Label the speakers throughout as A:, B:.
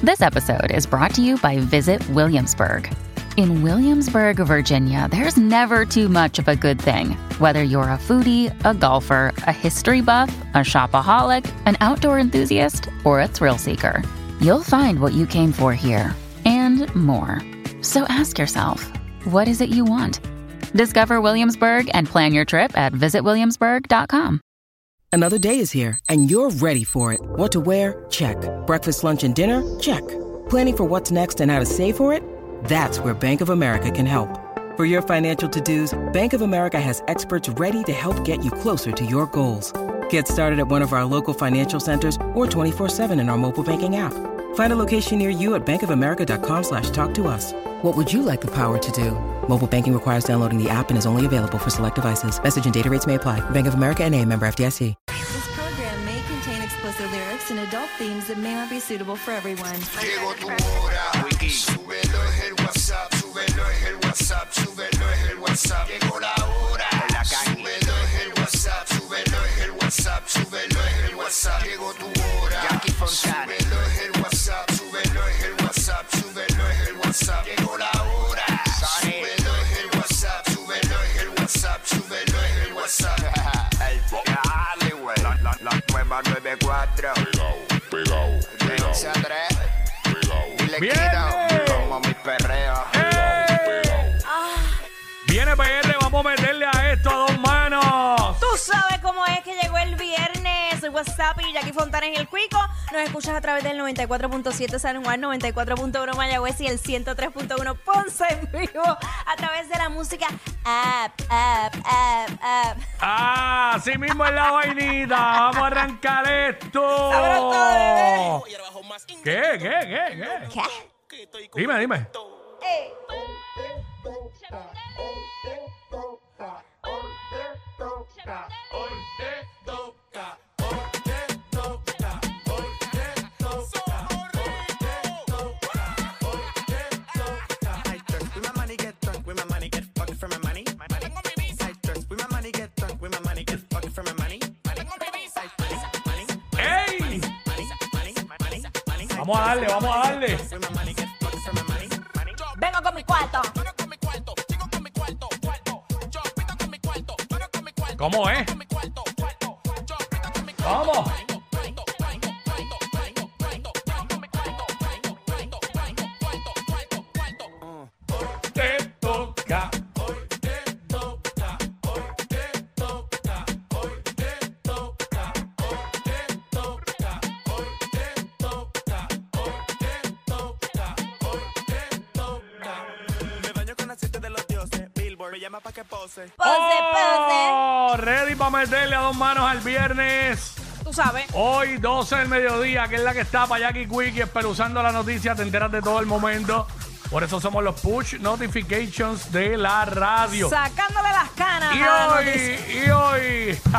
A: This episode is brought to you by Visit Williamsburg. In Williamsburg, Virginia, there's never too much of a good thing. Whether you're a foodie, a golfer, a history buff, a shopaholic, an outdoor enthusiast, or a thrill seeker, you'll find what you came for here and more. So ask yourself, what is it you want? Discover Williamsburg and plan your trip at visitwilliamsburg.com.
B: Another day is here, and you're ready for it. What to wear? Check. Breakfast, lunch, and dinner? Check. Planning for what's next and how to save for it? That's where Bank of America can help. For your financial to-dos, Bank of America has experts ready to help get you closer to your goals. Get started at one of our local financial centers or 24/7 in our mobile banking app. Find a location near you at bankofamerica.com/talktous. What would you like the power to do? Mobile banking requires downloading the app and is only available for select devices. Message and data rates may apply. Bank of America N.A., member FDIC.
C: This program may contain explicit lyrics and adult themes that may not be suitable for everyone.
D: Llegó tu hora, súbelo es el WhatsApp, súbelo es el WhatsApp, súbelo es el WhatsApp. Llegó la hora, súbelo es el WhatsApp, súbelo es el WhatsApp, súbelo es el WhatsApp. Llegó tu hora, súbelo es el WhatsApp, súbelo es el WhatsApp, súbelo es el WhatsApp. Llegó la hora, súbelo es el WhatsApp, súbelo es el WhatsApp, súbelo es el WhatsApp.
E: Dale, güey. La nueva 94.
D: Pegao,
E: De 11 a 3. Y le
F: Bien.
E: quito como mi perreo.
F: Viene PR, vamos a meterle a esto a dos manos.
G: Tú sabes cómo es que llegó el viernes. Soy WhatsApp y Jackie Fontanes y el Cuico. Nos escuchas a través del 94.7 San Juan, 94.1 Mayagüez y el 103.1 Ponce en vivo. A través de la música app.
F: Ah, así mismo es la vainita. Vamos a arrancar esto.
G: Sabroso, bebé.
F: ¿Qué?
G: ¿Qué?
F: Dime. ¡Ey! Vamos a darle.
G: Vengo con mi cuarto.
F: ¿Cómo es? Vamos. Te toca.
H: Me baño con aceite de los dioses. Billboard me llama pa' que pose.
F: Oh, ready para meterle a dos manos al viernes.
G: Tú sabes.
F: Hoy 12 del mediodía, que es la que está para Jackie Quickie, espeluzando la noticia, te enteras de todo el momento. Por eso somos los push notifications de la radio.
G: Sacándole las canas.
F: Y
G: a la
F: hoy,
G: noticia.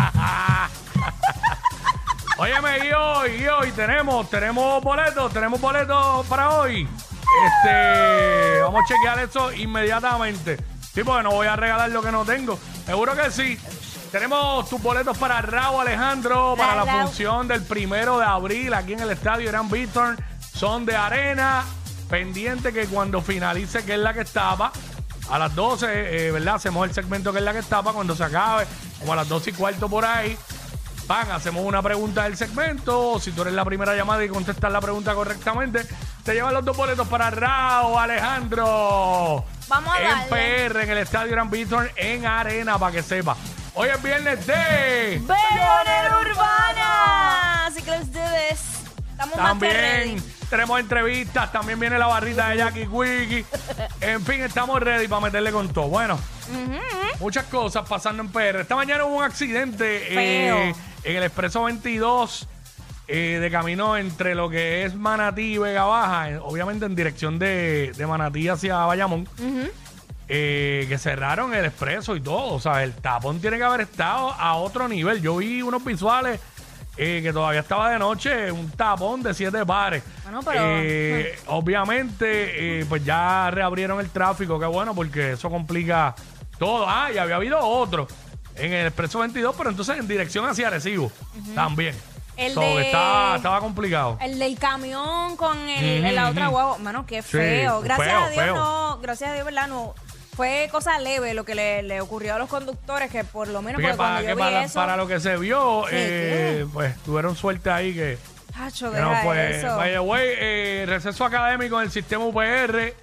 F: Óyeme, y hoy tenemos boletos para hoy. Vamos a chequear eso inmediatamente. Sí, porque no voy a regalar lo que no tengo. Seguro que sí. Tenemos tus boletos para Raúl Alejandro, para la función del 1 de abril aquí en el estadio Irán Bithorn. Son de arena. Pendiente que cuando finalice, que es la que estaba, a las 12, ¿verdad? Hacemos el segmento que es la que estaba. Cuando se acabe, como a las 12:15 por ahí, hacemos una pregunta del segmento. Si tú eres la primera llamada y contestas la pregunta correctamente, te llevan los dos boletos para Raúl Alejandro.
G: Vamos a
F: en
G: darle.
F: PR, en el estadio Irán Bithorn, en arena, para que sepa. Hoy es viernes de
G: Bellonera Urbana. Así que let's do this. Estamos más que ready.
F: También tenemos entrevistas, también viene la barrita de Jackie Quickie. En fin, estamos ready para meterle con todo. Bueno, muchas cosas pasando en PR. Esta mañana hubo un accidente en el Expreso 22 de camino entre lo que es Manatí y Vega Baja, obviamente en dirección de Manatí hacia Bayamón. Que cerraron el expreso y todo. O sea, el tapón tiene que haber estado a otro nivel. Yo vi unos visuales que todavía estaba de noche, un tapón de 7 pares.
G: Bueno, pero
F: Obviamente, pues ya reabrieron el tráfico. Qué bueno, porque eso complica todo. Ah, y había habido otro en el Expreso 22, pero entonces en dirección hacia Arecibo también. Estaba complicado.
G: El del camión con la otra guagua. Mano, qué feo.
F: Sí,
G: gracias
F: feo,
G: a Dios
F: feo.
G: no, gracias a Dios, ¿verdad? No. Fue cosa leve lo que le ocurrió a los conductores, que por lo menos
F: Porque
G: cuando yo vi eso...
F: para lo que se vio,
G: ¿Qué?
F: pues tuvieron suerte ahí que
G: Tacho,
F: no
G: deja
F: fue.
G: eso.
F: By the way, receso académico en el sistema UPR.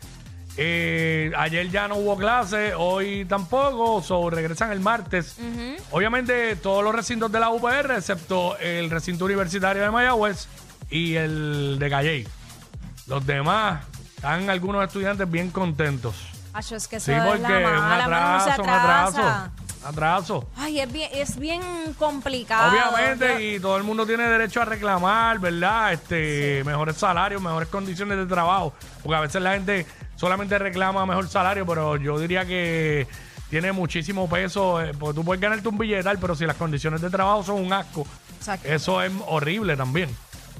F: Ayer ya no hubo clase, hoy tampoco, regresan el martes. Obviamente todos los recintos de la UPR, excepto el recinto universitario de Mayagüez y el de Calley. Los demás, están algunos estudiantes bien contentos.
G: Tacho, es que eso
F: Sí,
G: es
F: porque
G: la mala, mano, uno se
F: un
G: atrasa.
F: atraso.
G: Ay, es bien complicado.
F: Obviamente, y todo el mundo tiene derecho a reclamar, ¿verdad? Mejores salarios, mejores condiciones de trabajo. Porque a veces la gente solamente reclama mejor salario, pero yo diría que tiene muchísimo peso. Porque tú puedes ganarte un billetal, pero si las condiciones de trabajo son un asco,
G: Exacto.
F: eso es horrible también.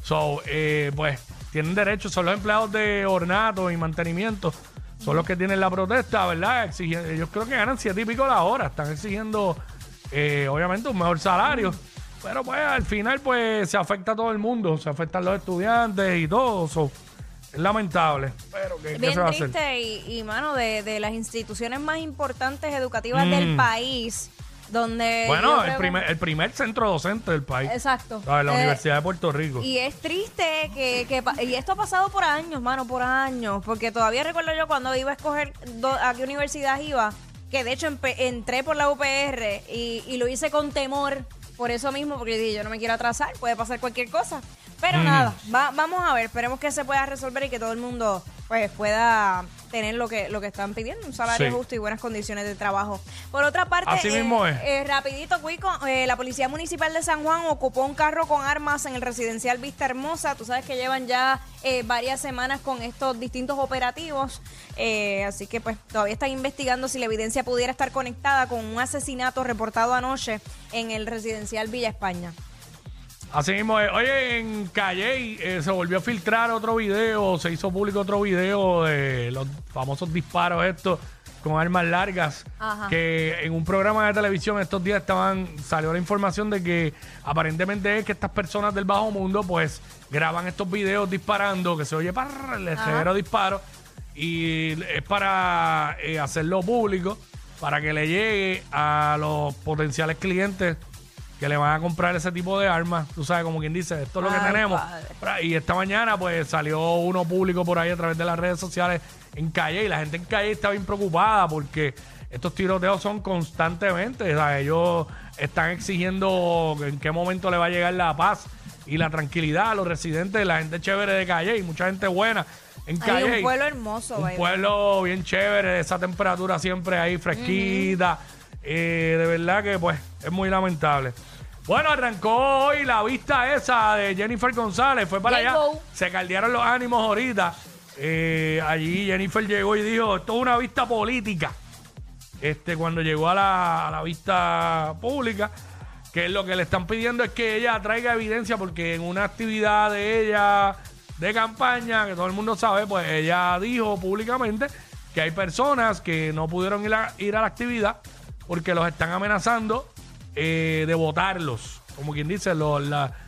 F: Pues tienen derecho, son los empleados de ornato y mantenimiento. Son los que tienen la protesta, ¿verdad? Ellos creo que ganan 7 y pico la hora. Están exigiendo, obviamente, un mejor salario. Pero pues al final pues se afecta a todo el mundo. Se afectan los estudiantes y todo. Es lamentable. Pero ¿qué
G: Bien
F: se va a hacer?
G: triste y mano, de las instituciones más importantes educativas del país, donde...
F: Bueno,
G: yo creo
F: el primer centro docente del país.
G: Exacto.
F: ¿Sabes? La Universidad de Puerto Rico.
G: Y es triste y esto ha pasado por años, mano, por años. Porque todavía recuerdo yo cuando iba a escoger a qué universidad iba, que de hecho entré por la UPR y lo hice con temor por eso mismo, porque dije, yo no me quiero atrasar, puede pasar cualquier cosa. Pero nada, vamos a ver, esperemos que se pueda resolver y que todo el mundo pues pueda tener lo que están pidiendo, un salario
F: Sí.
G: justo y buenas condiciones de trabajo. Por otra parte,
F: Así mismo es.
G: rapidito, Cuico, la Policía Municipal de San Juan ocupó un carro con armas en el residencial Vista Hermosa. Tú sabes que llevan ya varias semanas con estos distintos operativos, así que pues todavía están investigando si la evidencia pudiera estar conectada con un asesinato reportado anoche en el residencial Villa España.
F: Así mismo es. Oye, en Calley se volvió a filtrar otro video, se hizo público otro video de los famosos disparos estos con armas largas.
G: Ajá.
F: Que en un programa de televisión estos días salió la información de que aparentemente es que estas personas del bajo mundo pues graban estos videos disparando, que se oye el letrero disparo, y es para hacerlo público, para que le llegue a los potenciales clientes que le van a comprar ese tipo de armas. Tú sabes, como quien dice, esto es lo que
G: Ay,
F: tenemos.
G: padre.
F: Y esta mañana pues salió uno público por ahí a través de las redes sociales en Calle, y la gente en Calle está bien preocupada porque estos tiroteos son constantemente. O sea, ellos están exigiendo en qué momento le va a llegar la paz y la tranquilidad a los residentes, la gente chévere de Calle, y mucha gente buena en Calle.
G: Hay un pueblo hermoso,
F: Un
G: baby.
F: pueblo bien chévere, esa temperatura siempre ahí fresquita. De verdad que pues es muy lamentable. Bueno, arrancó hoy la vista esa de Jennifer González, fue para allá,
G: Llegó.
F: se caldearon los ánimos ahorita. Allí Jennifer llegó y dijo, esto es una vista política. Cuando llegó a la vista pública, que lo que le están pidiendo es que ella traiga evidencia, porque en una actividad de ella de campaña, que todo el mundo sabe, pues ella dijo públicamente que hay personas que no pudieron ir a la actividad porque los están amenazando de votarlos, como quien dice, los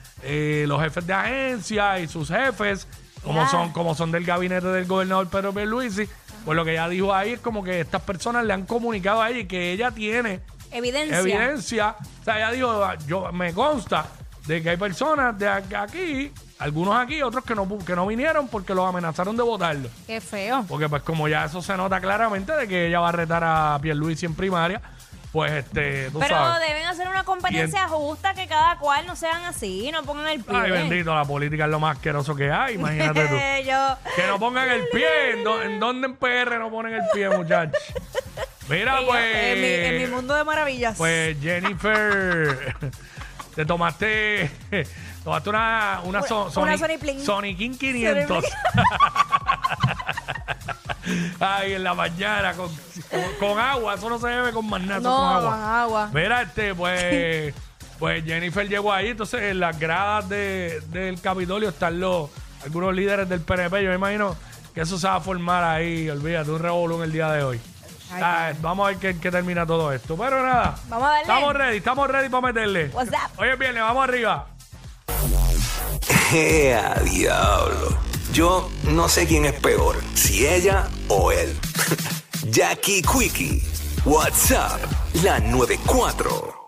F: jefes de agencia y sus jefes, como son del gabinete del gobernador Pedro Pierluisi. Pues lo que ella dijo ahí es como que estas personas le han comunicado a ella y que ella tiene evidencia. O sea, ella dijo, me consta de que hay personas de aquí, algunos aquí, otros que no vinieron porque los amenazaron de votarlo.
G: Qué feo.
F: Porque pues como ya eso se nota claramente de que ella va a retar a Pierluisi en primaria, pues tú
G: Pero
F: sabes.
G: deben hacer una competencia justa, que cada cual no sean así, no pongan el pie.
F: Ay, bendito, la política es lo más asqueroso que hay, imagínate tú. Que no pongan el pie. ¿En dónde en PR no ponen el pie, muchachos? Mira, pues.
G: En mi mundo de maravillas.
F: Pues Jennifer, te tomaste una
G: Sony Plin.
F: Sony King 500. Ay, en la mañana con agua, eso no se bebe con más nada,
G: No,
F: con agua.
G: con agua.
F: Mira, pues Jennifer llegó ahí, entonces en las gradas del Capitolio están algunos líderes del PNP. Yo me imagino que eso se va a formar ahí, olvídate, un revolú en el día de hoy. Vamos a ver qué termina todo esto. Pero nada,
G: Vamos a darle.
F: estamos ready para meterle.
G: What's up?
F: Hoy es viernes, vamos arriba.
I: ¡Ea, diablo! Yo no sé quién es peor, si ella o él. Jackie Quickie, WhatsApp, la 94.